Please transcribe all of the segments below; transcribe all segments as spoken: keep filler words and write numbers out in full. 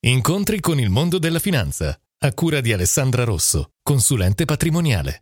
Incontri con il mondo della finanza, a cura di Alessandra Rosso, consulente patrimoniale.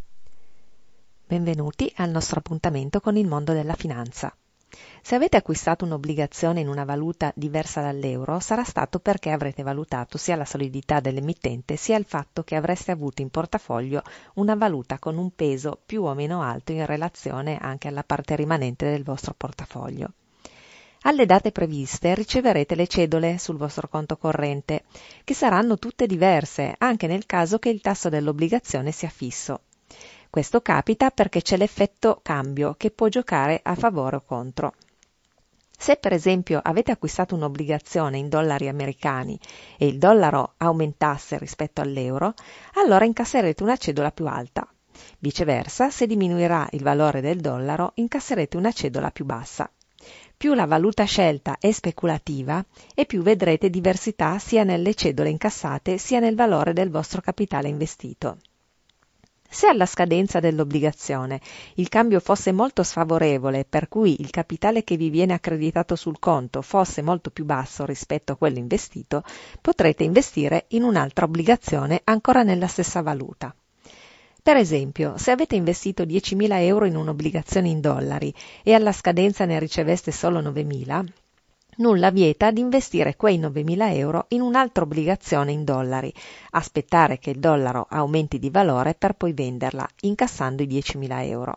Benvenuti al nostro appuntamento con il mondo della finanza. Se avete acquistato un'obbligazione in una valuta diversa dall'euro, sarà stato perché avrete valutato sia la solidità dell'emittente sia il fatto che avreste avuto in portafoglio una valuta con un peso più o meno alto in relazione anche alla parte rimanente del vostro portafoglio. Alle date previste riceverete le cedole sul vostro conto corrente, che saranno tutte diverse, anche nel caso che il tasso dell'obbligazione sia fisso. Questo capita perché c'è l'effetto cambio che può giocare a favore o contro. Se per esempio avete acquistato un'obbligazione in dollari americani e il dollaro aumentasse rispetto all'euro, allora incasserete una cedola più alta. Viceversa, se diminuirà il valore del dollaro, incasserete una cedola più bassa. Più la valuta scelta è speculativa e più vedrete diversità sia nelle cedole incassate sia nel valore del vostro capitale investito. Se alla scadenza dell'obbligazione il cambio fosse molto sfavorevole, per cui il capitale che vi viene accreditato sul conto fosse molto più basso rispetto a quello investito, potrete investire in un'altra obbligazione ancora nella stessa valuta. Per esempio, se avete investito diecimila euro in un'obbligazione in dollari e alla scadenza ne riceveste solo novemila, nulla vieta di investire quei novemila euro in un'altra obbligazione in dollari, aspettare che il dollaro aumenti di valore per poi venderla, incassando i diecimila euro.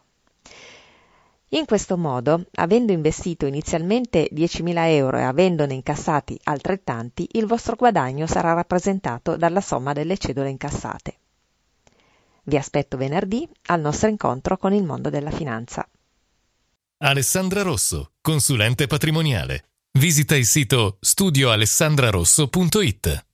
In questo modo, avendo investito inizialmente diecimila euro e avendone incassati altrettanti, il vostro guadagno sarà rappresentato dalla somma delle cedole incassate. Vi aspetto venerdì al nostro incontro con il mondo della finanza. Alessandra Rosso, consulente patrimoniale. Visita il sito studio alessandra rosso punto it.